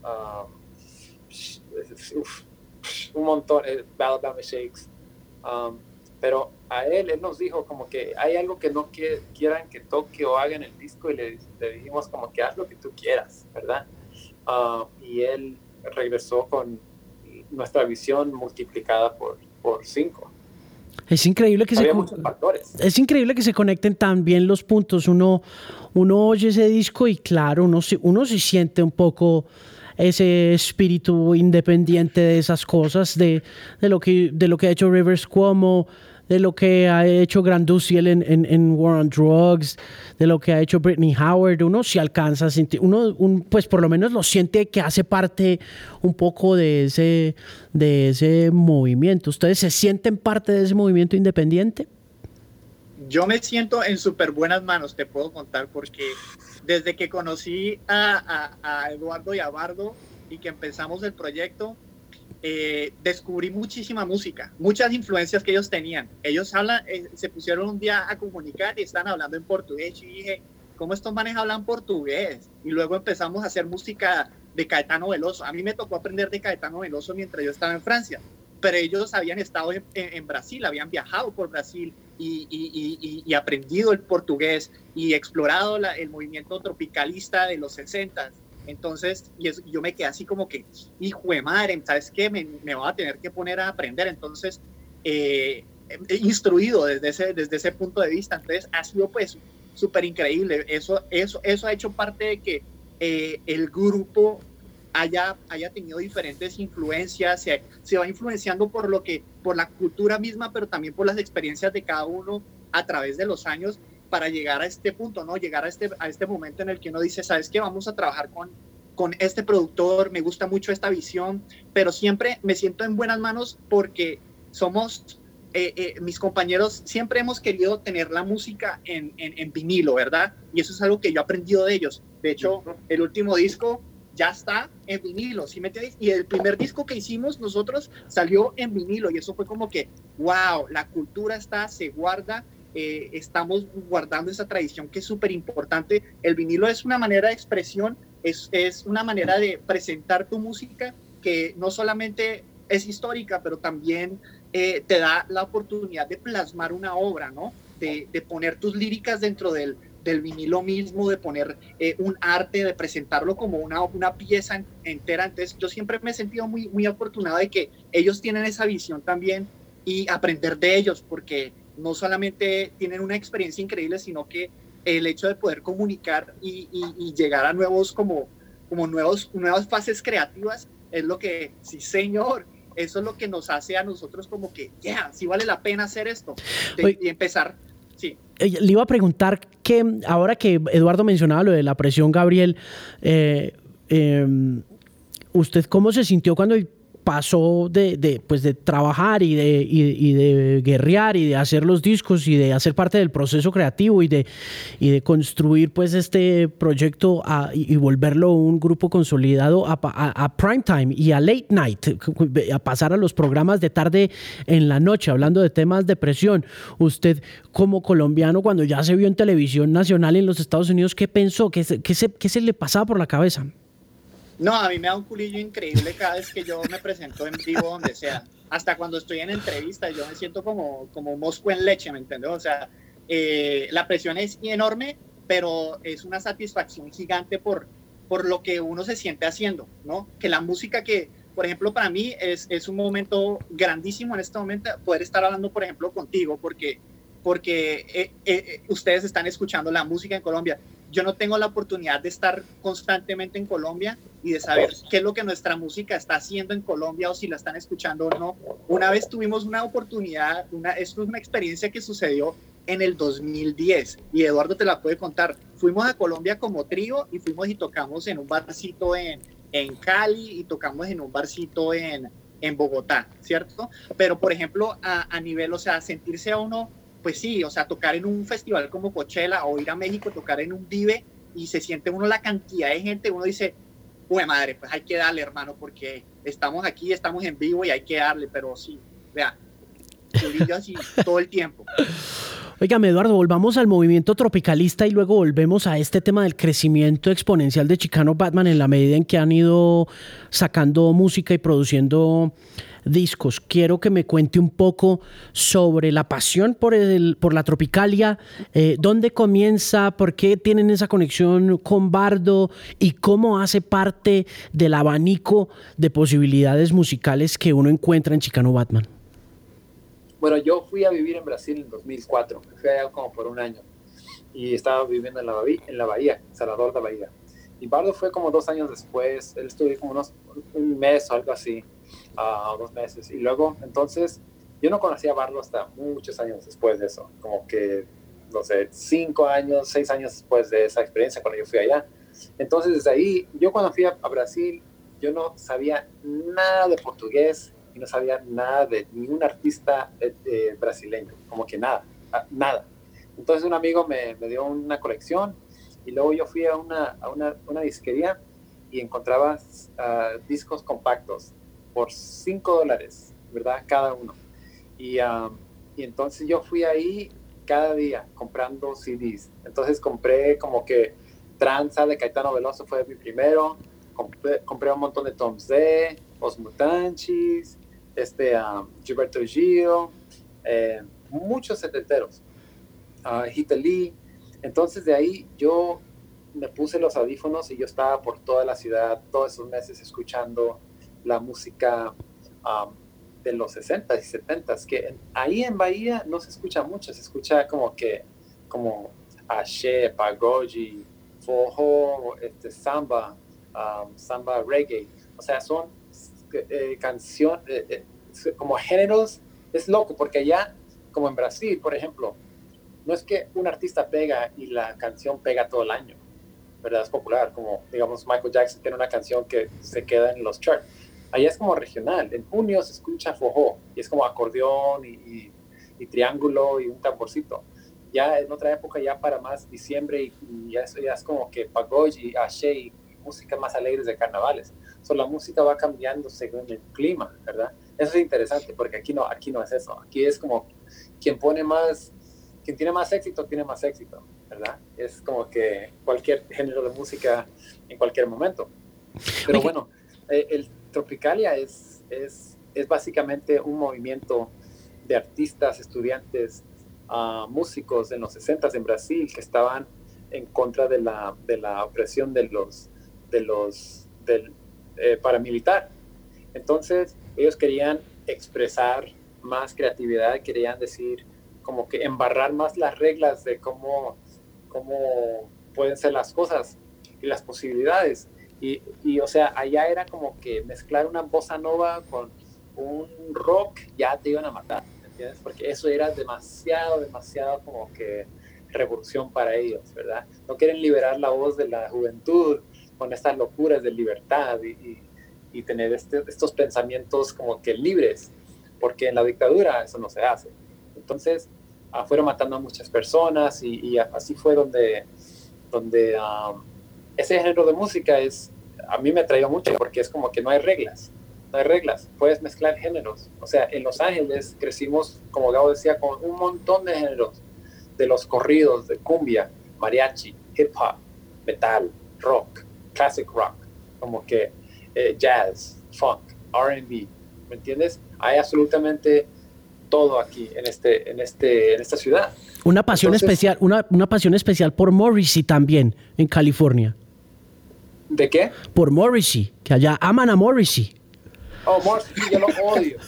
un montón, Alabama Shakes. Pero a él nos dijo como que hay algo que no quieran que toque o haga en el disco, y le dijimos como que haz lo que tú quieras, ¿verdad? Y él regresó con nuestra visión multiplicada por 5. Es increíble que muchos factores. Es increíble que se conecten tan bien los puntos. Uno oye ese disco y claro, uno se siente un poco ese espíritu independiente de esas cosas, de lo que ha hecho Rivers Cuomo, de lo que ha hecho Granduciel en War on Drugs, de lo que ha hecho Brittany Howard. Uno se alcanza a sentir, pues por lo menos lo siente que hace parte un poco de ese movimiento. ¿Ustedes se sienten parte de ese movimiento independiente? Yo me siento en súper buenas manos, te puedo contar, porque desde que conocí a Eduardo y a Bardo y que empezamos el proyecto, descubrí muchísima música, muchas influencias que ellos tenían. Ellos se pusieron un día a comunicar y estaban hablando en portugués, y dije, ¿cómo estos manes hablan portugués? Y luego empezamos a hacer música de Caetano Veloso. A mí me tocó aprender de Caetano Veloso mientras yo estaba en Francia, pero ellos habían estado en Brasil, habían viajado por Brasil y aprendido el portugués y explorado el movimiento tropicalista de los 60. Entonces, yo me quedé así como que, hijo de madre, ¿sabes qué? Me voy a tener que poner a aprender. Entonces, instruido desde ese punto de vista. Entonces, ha sido pues súper increíble. Eso ha hecho parte de que el grupo haya tenido diferentes influencias, se va influenciando por la cultura misma, pero también por las experiencias de cada uno a través de los años, para llegar a este punto, ¿no? Llegar a este momento en el que uno dice, ¿sabes qué? Vamos a trabajar con este productor, me gusta mucho esta visión, pero siempre me siento en buenas manos porque somos, mis compañeros siempre hemos querido tener la música en vinilo, ¿verdad? Y eso es algo que yo he aprendido de ellos. De hecho, el último disco ya está en vinilo, ¿sí me entiendes? Y el primer disco que hicimos nosotros salió en vinilo, y eso fue como que, wow, la cultura se guarda. Estamos guardando esa tradición que es súper importante. El vinilo es una manera de expresión, es una manera de presentar tu música que no solamente es histórica, pero también te da la oportunidad de plasmar una obra, ¿no? De poner tus líricas dentro del vinilo mismo, de poner un arte, de presentarlo como una pieza entera. Entonces yo siempre me he sentido muy, muy afortunado de que ellos tienen esa visión también, y aprender de ellos, porque no solamente tienen una experiencia increíble, sino que el hecho de poder comunicar y llegar a nuevas fases creativas es lo que, sí señor, eso es lo que nos hace a nosotros como que, sí vale la pena hacer esto, y empezar, sí. Le iba a preguntar que ahora que Eduardo mencionaba lo de la presión, Gabriel, ¿usted cómo se sintió cuando pasó pues de trabajar y de guerrear y de hacer los discos y de hacer parte del proceso creativo y de construir pues este proyecto y volverlo un grupo consolidado a primetime y a late night, a pasar a los programas de tarde en la noche hablando de temas de presión. Usted como colombiano, cuando ya se vio en televisión nacional en los Estados Unidos, ¿qué pensó? ¿Qué se le pasaba por la cabeza? No, a mí me da un culillo increíble cada vez que yo me presento en vivo donde sea. Hasta cuando estoy en entrevistas, yo me siento como mosco en leche, ¿me entiendes? O sea, la presión es enorme, pero es una satisfacción gigante por lo que uno se siente haciendo, ¿no? Que la música que, por ejemplo, para mí es un momento grandísimo en este momento poder estar hablando, por ejemplo, contigo, porque ustedes están escuchando la música en Colombia. Yo no tengo la oportunidad de estar constantemente en Colombia y de saber qué es lo que nuestra música está haciendo en Colombia o si la están escuchando o no. Una vez tuvimos una oportunidad, esto es una experiencia que sucedió en el 2010 y Eduardo te la puede contar. Fuimos a Colombia como trío y fuimos y tocamos en un barcito en Cali y tocamos en un barcito en Bogotá, ¿cierto? Pero, por ejemplo, a nivel, o sea, sentirse a uno, pues sí, o sea, tocar en un festival como Coachella o ir a México, tocar en un Vive y se siente uno la cantidad de gente, uno dice, uy, madre, pues hay que darle, hermano, porque estamos aquí, estamos en vivo y hay que darle, pero sí, vea, yo así todo el tiempo. Óigame, Eduardo, volvamos al movimiento tropicalista y luego volvemos a este tema del crecimiento exponencial de Chicano Batman en la medida en que han ido sacando música y produciendo discos. Quiero que me cuente un poco sobre la pasión por la Tropicalia, dónde comienza, por qué tienen esa conexión con Bardo y cómo hace parte del abanico de posibilidades musicales que uno encuentra en Chicano Batman. Bueno, yo fui a vivir en Brasil en 2004, fui allá como por un año y estaba viviendo en la Bahía, Salvador da Bahía. Y Bardo fue como 2 años después, él estuvo como un mes o algo así, 2 meses. Y luego, entonces, yo no conocía a Bardo hasta muchos años después de eso, como que, no sé, 5 años, 6 años después de esa experiencia cuando yo fui allá. Entonces, desde ahí, yo cuando fui a Brasil, yo no sabía nada de portugués, y no sabía nada de ningún artista brasileño, como que nada. Entonces un amigo me dio una colección y luego yo fui a una disquería y encontraba discos compactos por $5, ¿verdad? Cada uno. Y entonces yo fui ahí cada día comprando CDs. Entonces compré como que Tranza de Caetano Veloso fue mi primero, compré un montón de Tom Z, Os Mutantes, Gilberto Gil, muchos setenteros, Rita Lee. Entonces de ahí yo me puse los audífonos y yo estaba por toda la ciudad todos esos meses escuchando la música de los 60s y 70s, que ahí en Bahía no se escucha mucho, se escucha como axé, pagode, forró, samba reggae, o sea, son canciones, como géneros. Es loco, porque allá, como en Brasil, por ejemplo, no es que un artista pega y la canción pega todo el año, ¿verdad? Es popular, como, digamos, Michael Jackson tiene una canción que se queda en los charts. Allá es como regional, en junio se escucha forró, y es como acordeón y triángulo y un tamborcito. Ya en otra época, ya para más diciembre, y ya es como que pagode y axé y música más alegres de carnavales. La música va cambiando según el clima, ¿verdad? Eso es interesante porque aquí no es eso. Aquí es como quien tiene más éxito, ¿verdad? Es como que cualquier género de música en cualquier momento. Pero bueno, el Tropicalia es básicamente un movimiento de artistas, estudiantes, músicos en los 60s en Brasil que estaban en contra de la opresión del paramilitar. Entonces ellos querían expresar más creatividad, querían decir como que embarrar más las reglas de cómo pueden ser las cosas y las posibilidades. Y o sea, allá era como que mezclar una bossa nova con un rock, ya te iban a matar, ¿entiendes? Porque eso era demasiado como que revolución para ellos, ¿verdad? No quieren liberar la voz de la juventud con estas locuras de libertad y y tener estos pensamientos como que libres, porque en la dictadura eso no se hace. Entonces fueron matando a muchas personas y así fue donde ese género de música a mí me atraía mucho porque es como que no hay reglas, puedes mezclar géneros. O sea, en Los Ángeles crecimos, como Gabo decía, con un montón de géneros, de los corridos, de cumbia, mariachi, hip hop, metal, rock, classic rock, como que jazz, funk, R&B, ¿me entiendes? Hay absolutamente todo aquí en esta ciudad. Una pasión especial, una pasión especial por Morrissey también en California. ¿De qué? Por Morrissey, que allá aman a Morrissey. Oh, Morrissey, yo lo odio.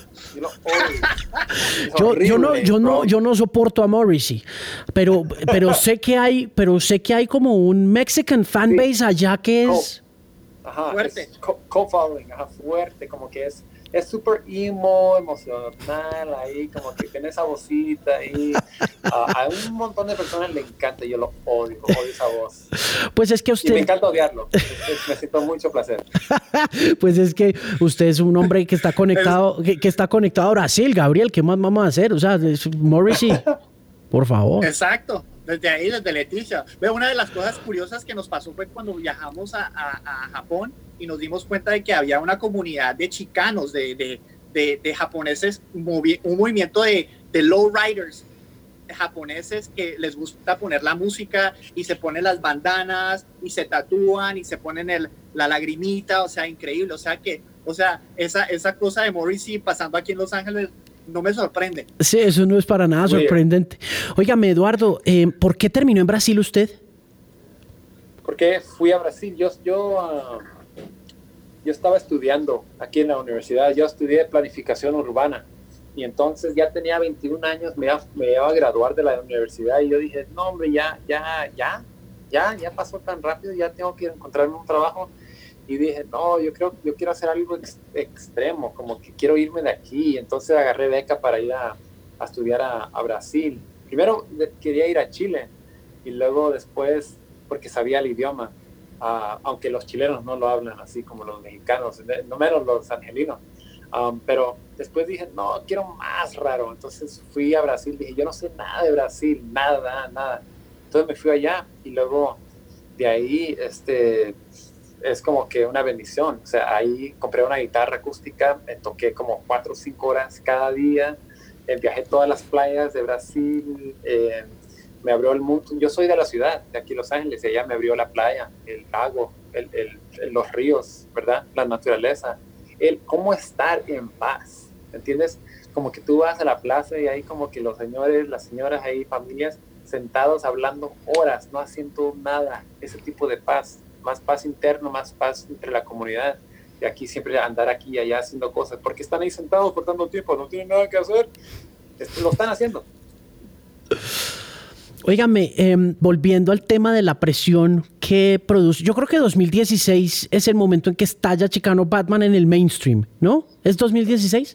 Yo no soporto a Morrissey, pero sé que hay como un Mexican fanbase allá que es fuerte, co-following, fuerte, como que es súper emo, emocional ahí, como que tiene esa vocita ahí. A un montón de personas le encanta, yo lo odio esa voz. Pues es que usted... Y me encanta odiarlo, me siento mucho placer. Pues es que usted es un hombre que está conectado, que está conectado a Brasil, Gabriel, ¿qué más vamos a hacer? O sea, Morrissey, por favor. Exacto. Desde Leticia. Una de las cosas curiosas que nos pasó fue cuando viajamos a Japón y nos dimos cuenta de que había una comunidad de chicanos, de japoneses, un movimiento de lowriders japoneses que les gusta poner la música y se ponen las bandanas y se tatúan y se ponen la lagrimita, o sea, increíble. O sea, esa cosa de Morrissey pasando aquí en Los Ángeles no me sorprende. Sí, eso no es para nada sorprendente. Óigame, Eduardo, ¿por qué terminó en Brasil usted? Porque fui a Brasil. Yo estaba estudiando aquí en la universidad. Yo estudié planificación urbana y entonces ya tenía 21 años, me iba a graduar de la universidad y yo dije, no hombre, ya pasó tan rápido, ya tengo que encontrarme un trabajo. Y dije, no, yo quiero hacer algo extremo, como que quiero irme de aquí. Entonces agarré beca para ir a estudiar a Brasil. Primero quería ir a Chile y luego después, porque sabía el idioma, aunque los chilenos no lo hablan así como los mexicanos, no menos los angelinos. Pero después dije, no, quiero más raro. Entonces fui a Brasil, dije, yo no sé nada de Brasil, nada. Entonces me fui allá y luego de ahí, es como que una bendición. O sea, ahí compré una guitarra acústica, toqué como 4 o 5 horas cada día, viajé todas las playas de Brasil, me abrió el mundo. Yo soy de la ciudad, de aquí Los Ángeles, y allá me abrió la playa, el lago, los ríos, ¿verdad? La naturaleza, cómo estar en paz, ¿entiendes? Como que tú vas a la plaza y hay como que los señores, las señoras ahí, familias, sentados hablando horas, no haciendo nada, ese tipo de paz. Más paz interno, más paz entre la comunidad. Y aquí siempre andar aquí y allá haciendo cosas, porque están ahí sentados por tanto tiempo, no tienen nada que hacer, lo están haciendo. Óigame, volviendo al tema de la presión que produce, yo creo que 2016 es el momento en que estalla Chicano Batman en el mainstream, ¿no? ¿Es 2016?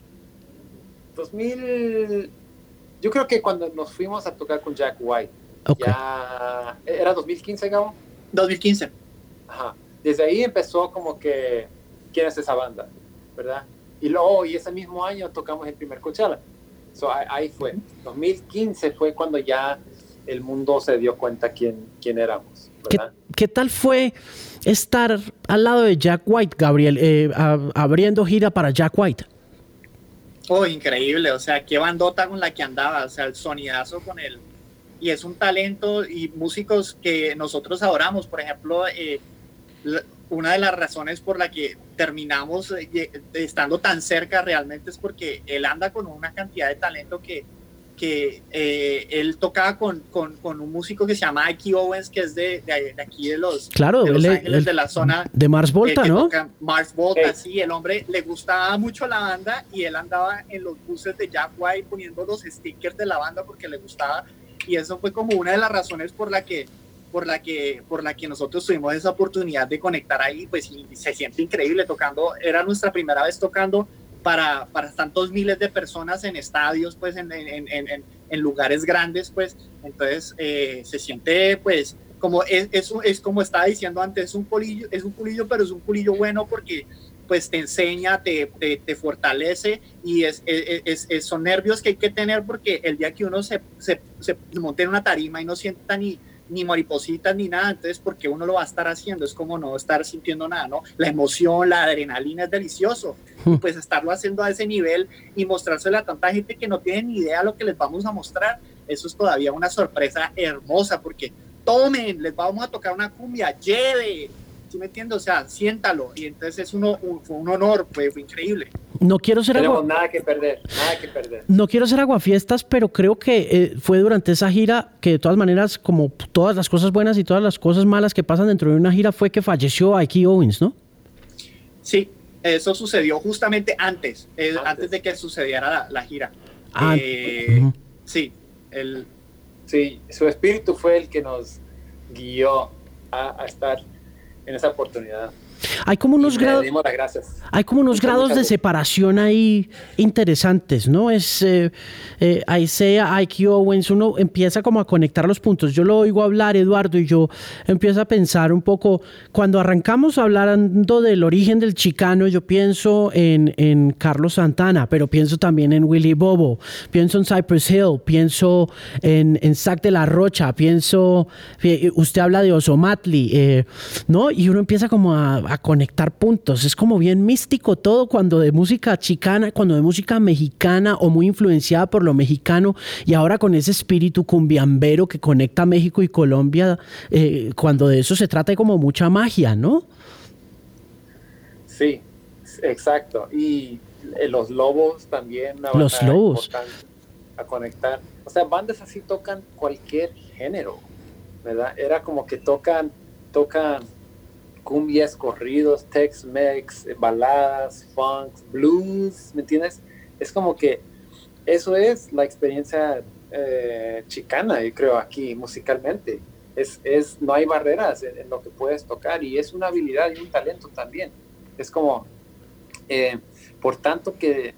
Yo creo que cuando nos fuimos a tocar con Jack White, okay. Ya ¿era 2015, Gabo? 2015. Ajá. Desde ahí empezó como que, ¿quién es esa banda? ¿Verdad? Y luego, ese mismo año tocamos el primer Coachella. Ahí fue. 2015 fue cuando ya el mundo se dio cuenta quién éramos, ¿verdad? ¿Qué tal fue estar al lado de Jack White, Gabriel, abriendo gira para Jack White? Oh, increíble. O sea, qué bandota con la que andaba. O sea, el sonidazo con él. Y es un talento y músicos que nosotros adoramos. Por ejemplo, una de las razones por la que terminamos estando tan cerca realmente es porque él anda con una cantidad de talento que él tocaba con un músico que se llama Ike Owens, que es de aquí de Los Ángeles, de la zona de Mars Volta, ¿no? Mars Volta, sí. El hombre le gustaba mucho la banda y él andaba en los buses de Jack White poniendo los stickers de la banda porque le gustaba. Y eso fue como una de las razones por la que nosotros tuvimos esa oportunidad de conectar ahí, pues, y se siente increíble tocando. Era nuestra primera vez tocando para tantos miles de personas en estadios, pues, en lugares grandes, pues. Entonces se siente, pues, como es como estaba diciendo antes, es un culillo, pero es un culillo bueno porque pues te enseña, te fortalece, y son nervios que hay que tener, porque el día que uno se monte en una tarima y no sienta ni maripositas ni nada, entonces porque uno lo va a estar haciendo, es como no estar sintiendo nada, ¿no? La emoción, la adrenalina es delicioso, y pues estarlo haciendo a ese nivel y mostrárselo a tanta gente que no tiene ni idea lo que les vamos a mostrar, eso es todavía una sorpresa hermosa, porque tomen, les vamos a tocar una cumbia, lleve, ¿sí me entiendes? O sea, siéntalo, y entonces fue un honor, fue increíble. No quiero ser nada que perder. No quiero ser aguafiestas, pero creo que fue durante esa gira que, de todas maneras, como todas las cosas buenas y todas las cosas malas que pasan dentro de una gira, fue que falleció Ike Owens, ¿no? Sí, eso sucedió justamente antes de que sucediera la gira. Sí, sí, su espíritu fue el que nos guió a estar en esa oportunidad. Hay como unos grados. Le dimos las gracias. Hay como unos grados de separación ahí interesantes, ¿no? Isaiah, Ike Owens, uno empieza como a conectar los puntos. Yo lo oigo hablar, Eduardo, y yo empiezo a pensar un poco. Cuando arrancamos hablando del origen del chicano, yo pienso en Carlos Santana, pero pienso también en Willy Bobo, pienso en Cypress Hill, pienso en Zack de la Rocha, usted habla de Ozomatli, ¿no? Y uno empieza como a conectar puntos. Es como bien místico todo cuando de música chicana, cuando de música mexicana o muy influenciada por lo mexicano, y ahora con ese espíritu cumbiambero que conecta México y Colombia, cuando de eso se trata, hay como mucha magia, ¿no? Sí, exacto. Y los Lobos también. Los Lobos. A conectar. O sea, bandas así tocan cualquier género, ¿verdad? Era como que tocan cumbias, corridos, Tex-Mex, baladas, funk, blues, ¿me entiendes? Es como que eso es la experiencia chicana, yo creo, aquí musicalmente. No hay barreras en lo que puedes tocar, y es una habilidad y un talento también. Es como, por tanto que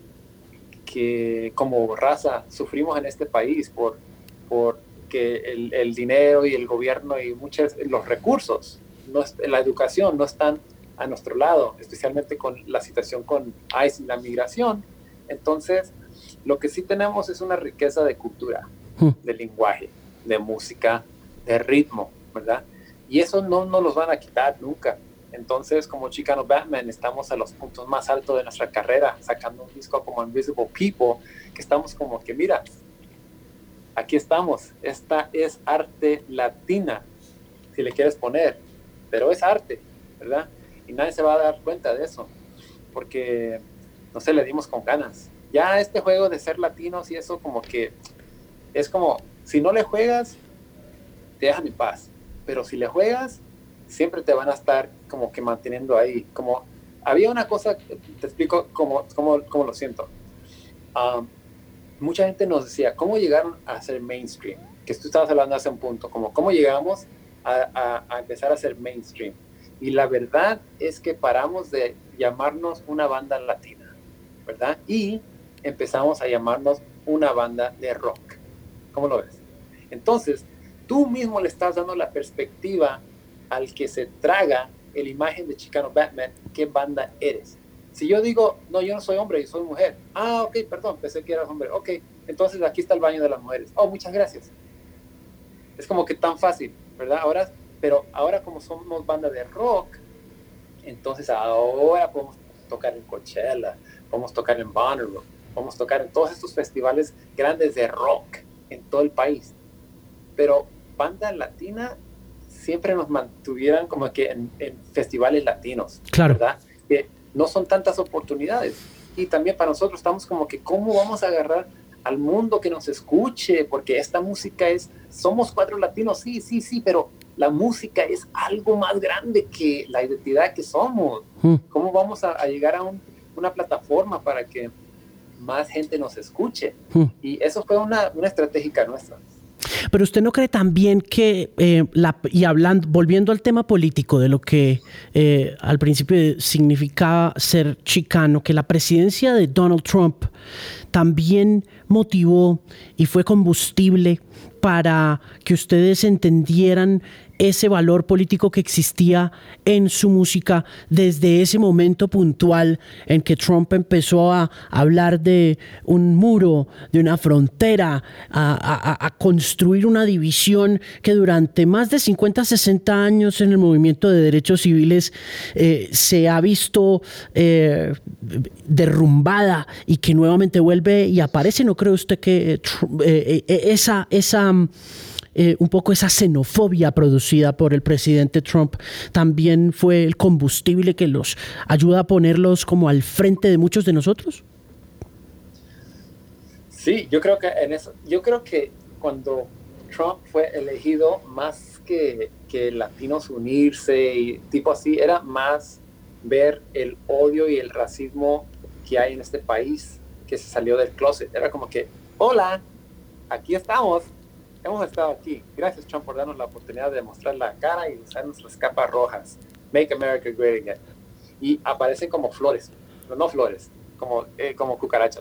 como raza sufrimos en este país por que el dinero y el gobierno y los recursos, la educación no están a nuestro lado, especialmente con la situación con ICE y la migración. Entonces, lo que sí tenemos es una riqueza de cultura, de lenguaje, de música, de ritmo, ¿verdad? Y eso no nos los van a quitar nunca. Entonces, como Chicano Batman, estamos a los puntos más altos de nuestra carrera, sacando un disco como Invisible People, que estamos como que, mira, aquí estamos, esta es arte latina, si le quieres poner, pero es arte, ¿verdad? Y nadie se va a dar cuenta de eso, porque, no sé, le dimos con ganas. Ya este juego de ser latinos y eso como que, es como, si no le juegas, te dejan en paz, pero si le juegas, siempre te van a estar como que manteniendo ahí. Como, había una cosa, te explico cómo lo siento. Mucha gente nos decía, ¿cómo llegaron a ser mainstream? Que tú estabas hablando hace un punto, como cómo llegamos a empezar a ser mainstream. Y la verdad es que paramos de llamarnos una banda latina, ¿verdad? Y empezamos a llamarnos una banda de rock. ¿Cómo lo ves? Entonces, tú mismo le estás dando la perspectiva al que se traga la imagen de Chicano Batman, ¿qué banda eres? Si yo digo, no, yo no soy hombre, yo soy mujer. Ah, ok, perdón, pensé que eras hombre. Ok, entonces aquí está el baño de las mujeres. Oh, muchas gracias. Es como que tan fácil, ¿verdad? Pero ahora como somos banda de rock, entonces ahora podemos tocar en Coachella, podemos tocar en Bonnaroo, podemos tocar en todos estos festivales grandes de rock en todo el país. Pero banda latina siempre nos mantuvieran como que en festivales latinos, claro, ¿verdad? Que no son tantas oportunidades. Y también para nosotros estamos como que, ¿cómo vamos a agarrar al mundo que nos escuche? Porque esta música somos 4 latinos, sí, pero la música es algo más grande que la identidad que somos. ¿Cómo vamos a llegar a una plataforma para que más gente nos escuche? Y eso fue una estrategia nuestra. Pero usted no cree también que, volviendo al tema político de lo que al principio significaba ser chicano, que la presidencia de Donald Trump también motivó y fue combustible para que ustedes entendieran ese valor político que existía en su música desde ese momento puntual en que Trump empezó a hablar de un muro, de una frontera, a construir una división que durante más de 50, 60 años en el movimiento de derechos civiles se ha visto derrumbada y que nuevamente vuelve y aparece? ¿No cree usted que un poco esa xenofobia producida por el presidente Trump también fue el combustible que los ayuda a ponerlos como al frente de muchos de nosotros? Sí, yo creo que cuando Trump fue elegido, más que latinos unirse y tipo así, era más ver el odio y el racismo que hay en este país que se salió del closet. Era como que, hola, aquí estamos. Hemos estado aquí. Gracias, Trump, por darnos la oportunidad de mostrar la cara y usar nuestras capas rojas. Make America Great Again. Y aparecen como flores, no flores, como cucarachas.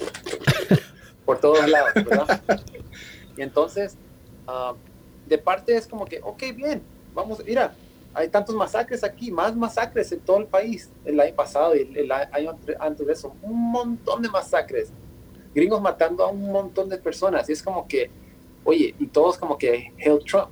Por todos lados, ¿verdad? Y entonces, de parte es como que, ok, bien, vamos, mira, hay tantos masacres aquí, más masacres en todo el país. El año pasado y el año antes de eso, un montón de masacres. Gringos matando a un montón de personas. Y es como que, oye, y todos como que Hail Trump.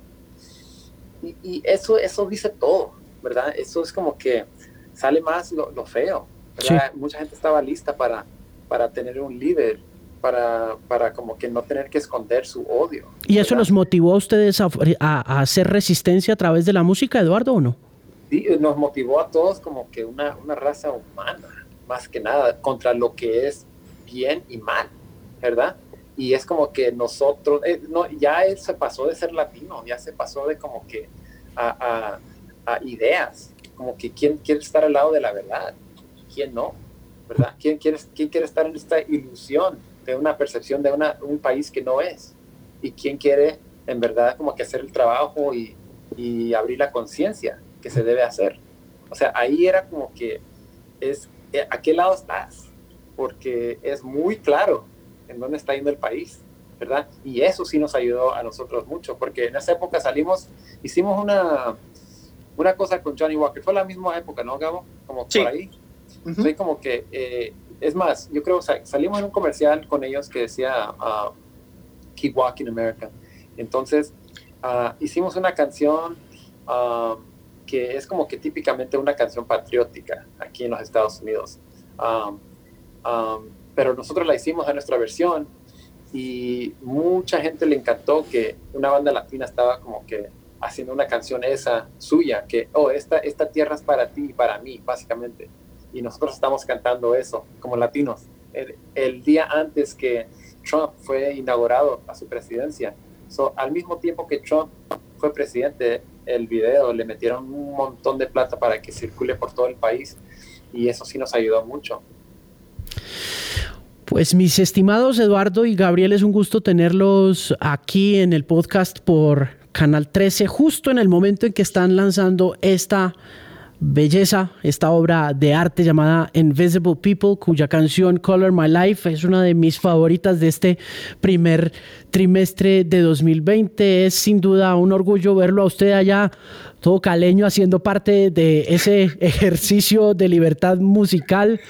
Y eso dice todo, ¿verdad? Eso es como que sale más lo feo, ¿verdad? Sí. Mucha gente estaba lista para tener un líder, para como que no tener que esconder su odio. ¿Y eso los motivó a ustedes a hacer resistencia a través de la música, Eduardo, o no? Sí, nos motivó a todos como que una raza humana, más que nada, contra lo que es bien y mal, ¿verdad? Y es como que nosotros, ya él se pasó de ser latino, ya se pasó de como que a ideas, como que quién quiere estar al lado de la verdad, quién no, ¿verdad? ¿Quién quiere estar en esta ilusión de una percepción de un país que no es? Y quién quiere en verdad como que hacer el trabajo y abrir la conciencia que se debe hacer. O sea, ahí era como que ¿a qué lado estás? Porque es muy claro en dónde está yendo el país, ¿verdad? Y eso sí nos ayudó a nosotros mucho, porque en esa época hicimos una cosa con Johnny Walker. Fue la misma época, ¿no, Gabo? Como sí. Por ahí. Uh-huh. Soy como que, es más, yo creo, salimos en un comercial con ellos que decía Keep Walking America. Entonces, hicimos una canción que es como que típicamente una canción patriótica aquí en los Estados Unidos. Pero nosotros la hicimos a nuestra versión y mucha gente le encantó que una banda latina estaba como que haciendo una canción esa suya, que esta tierra es para ti y para mí, básicamente. Y nosotros estamos cantando eso como latinos. El día antes que Trump fue inaugurado a su presidencia, al mismo tiempo que Trump fue presidente, el video le metieron un montón de plata para que circule por todo el país y eso sí nos ayudó mucho. Pues mis estimados Eduardo y Gabriel, es un gusto tenerlos aquí en el podcast por Canal 13, justo en el momento en que están lanzando esta belleza, esta obra de arte llamada Invisible People, cuya canción Color My Life es una de mis favoritas de este primer trimestre de 2020. Es sin duda un orgullo verlo a usted allá, todo caleño, haciendo parte de ese ejercicio de libertad musical.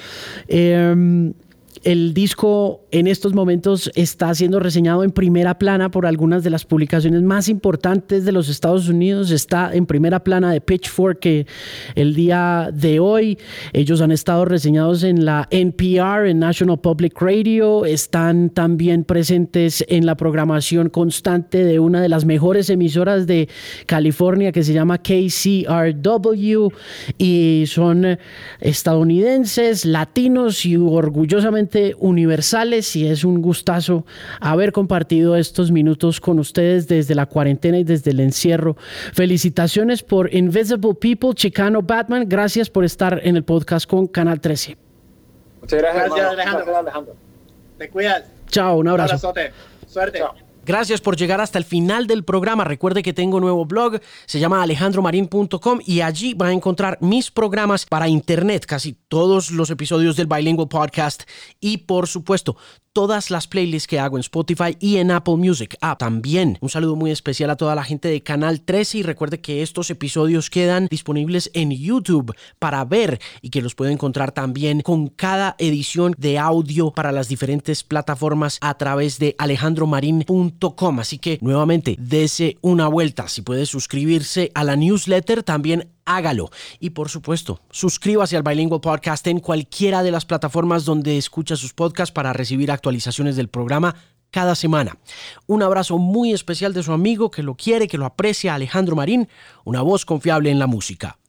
El disco en estos momentos está siendo reseñado en primera plana por algunas de las publicaciones más importantes de los Estados Unidos. Está en primera plana de Pitchfork que el día de hoy. Ellos han estado reseñados en la NPR, en National Public Radio. Están también presentes en la programación constante de una de las mejores emisoras de California que se llama KCRW. Y son estadounidenses, latinos y orgullosamente universales, y es un gustazo haber compartido estos minutos con ustedes desde la cuarentena y desde el encierro. Felicitaciones por Invisible People, Chicano Batman. Gracias por estar en el podcast con Canal 13. Muchas gracias, Alejandro. Te cuidas. Chao, un abrazo. Un abrazote. Suerte. Chao. Gracias por llegar hasta el final del programa. Recuerde que tengo un nuevo blog, se llama alejandromarin.com, y allí va a encontrar mis programas para internet, casi todos los episodios del Bilingual Podcast y, por supuesto, todas las playlists que hago en Spotify y en Apple Music. También un saludo muy especial a toda la gente de Canal 13 y recuerde que estos episodios quedan disponibles en YouTube para ver y que los puede encontrar también con cada edición de audio para las diferentes plataformas a través de alejandromarin.com. Así que nuevamente, dese una vuelta. Si puede suscribirse a la newsletter, también hágalo. Y por supuesto, suscríbase al Bilingual Podcast en cualquiera de las plataformas donde escucha sus podcasts para recibir actualizaciones del programa cada semana. Un abrazo muy especial de su amigo que lo quiere, que lo aprecia, Alejandro Marín, una voz confiable en la música.